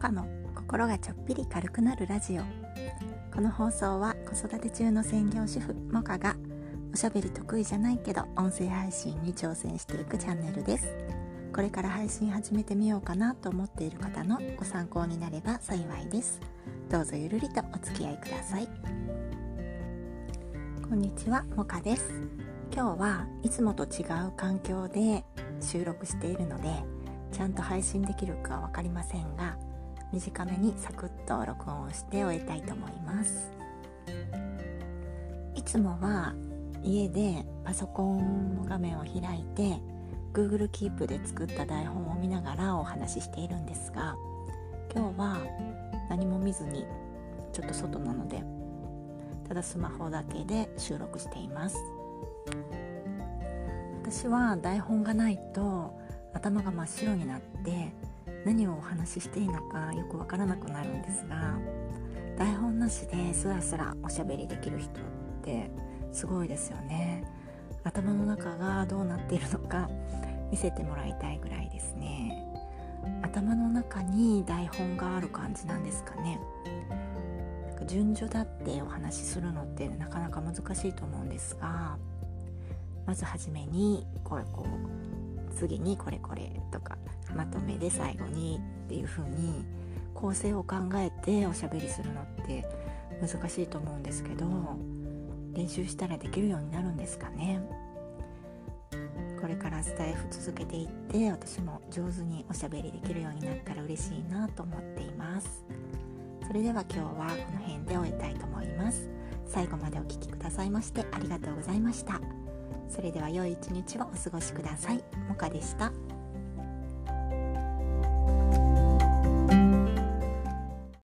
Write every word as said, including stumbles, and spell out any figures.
カの心がちょっぴり軽くなるラジオ。この放送は子育て中の専業主婦モカがおしゃべり得意じゃないけど音声配信に挑戦していくチャンネルです。これから配信始めてみようかなと思っている方のご参考になれば幸いです。どうぞゆるりとお付き合いください。こんにちは、モカです。今日はいつもと違う環境で収録しているのでちゃんと配信できるかは分かりませんが、短めにサクッと録音をして終えたいと思います。いつもは家でパソコンの画面を開いて Google Keep で作った台本を見ながらお話ししているんですが、今日は何も見ずにちょっと外なのでただスマホだけで収録しています。私は台本がないと頭が真っ白になって何をお話ししていいのかよくわからなくなるんですが、台本なしでスラスラおしゃべりできる人ってすごいですよね。頭の中がどうなっているのか見せてもらいたいぐらいですね。頭の中に台本がある感じなんですかね。なんか順序だってお話しするのってなかなか難しいと思うんですが、まずはじめにこれこう次にこれこれとかまとめで最後にっていう風に構成を考えておしゃべりするのって難しいと思うんですけど、練習したらできるようになるんですかね。これからスタイフ続けていって私も上手におしゃべりできるようになったら嬉しいなと思っています。それでは今日はこの辺で終えたいと思います。最後までお聞きくださいましてありがとうございました。それでは良い一日をお過ごしください。モカでした。